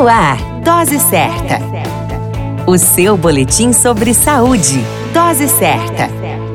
No ar, Dose Certa. O seu boletim sobre saúde. Dose Certa.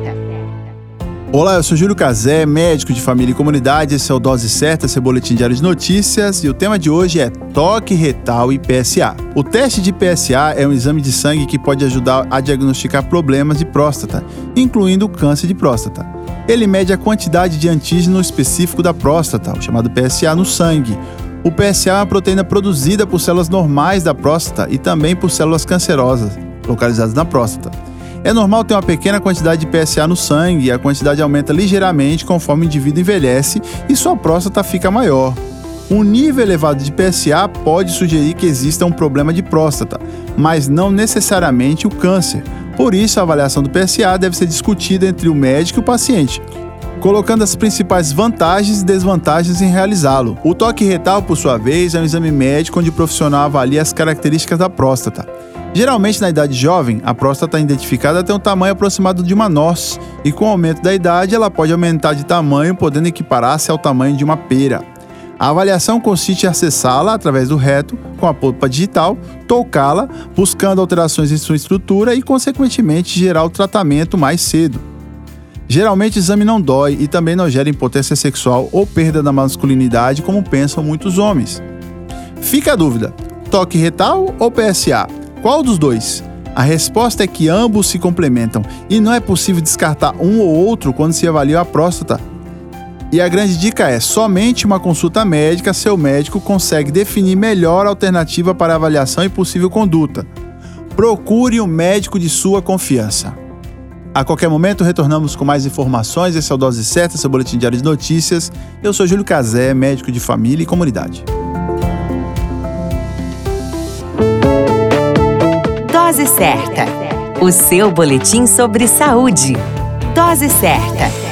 Olá, eu sou Júlio Cazé, médico de família e comunidade. Esse é o Dose Certa, seu boletim diário de notícias. E o tema de hoje é toque retal e PSA. O teste de PSA é um exame de sangue que pode ajudar a diagnosticar problemas de próstata, incluindo o câncer de próstata. Ele mede a quantidade de antígeno específico da próstata, o chamado PSA, no sangue. O PSA é uma proteína produzida por células normais da próstata e também por células cancerosas, localizadas na próstata. É normal ter uma pequena quantidade de PSA no sangue e a quantidade aumenta ligeiramente conforme o indivíduo envelhece e sua próstata fica maior. Um nível elevado de PSA pode sugerir que exista um problema de próstata, mas não necessariamente o câncer. Por isso, a avaliação do PSA deve ser discutida entre o médico e o paciente, colocando as principais vantagens e desvantagens em realizá-lo. O toque retal, por sua vez, é um exame médico onde o profissional avalia as características da próstata. Geralmente, na idade jovem, a próstata identificada tem um tamanho aproximado de uma noz, e com o aumento da idade, ela pode aumentar de tamanho, podendo equiparar-se ao tamanho de uma pera. A avaliação consiste em acessá-la através do reto, com a polpa digital, tocá-la, buscando alterações em sua estrutura e, consequentemente, gerar o tratamento mais cedo. Geralmente o exame não dói e também não gera impotência sexual ou perda da masculinidade, como pensam muitos homens. Fica a dúvida, toque retal ou PSA? Qual dos dois? A resposta é que ambos se complementam e não é possível descartar um ou outro quando se avalia a próstata. E a grande dica é, somente uma consulta médica, seu médico consegue definir melhor a alternativa para avaliação e possível conduta. Procure um médico de sua confiança. A qualquer momento retornamos com mais informações. Esse é o Dose Certa, seu boletim diário de notícias. Eu sou Júlio Cazé, médico de família e comunidade. Dose Certa. O seu boletim sobre saúde. Dose Certa.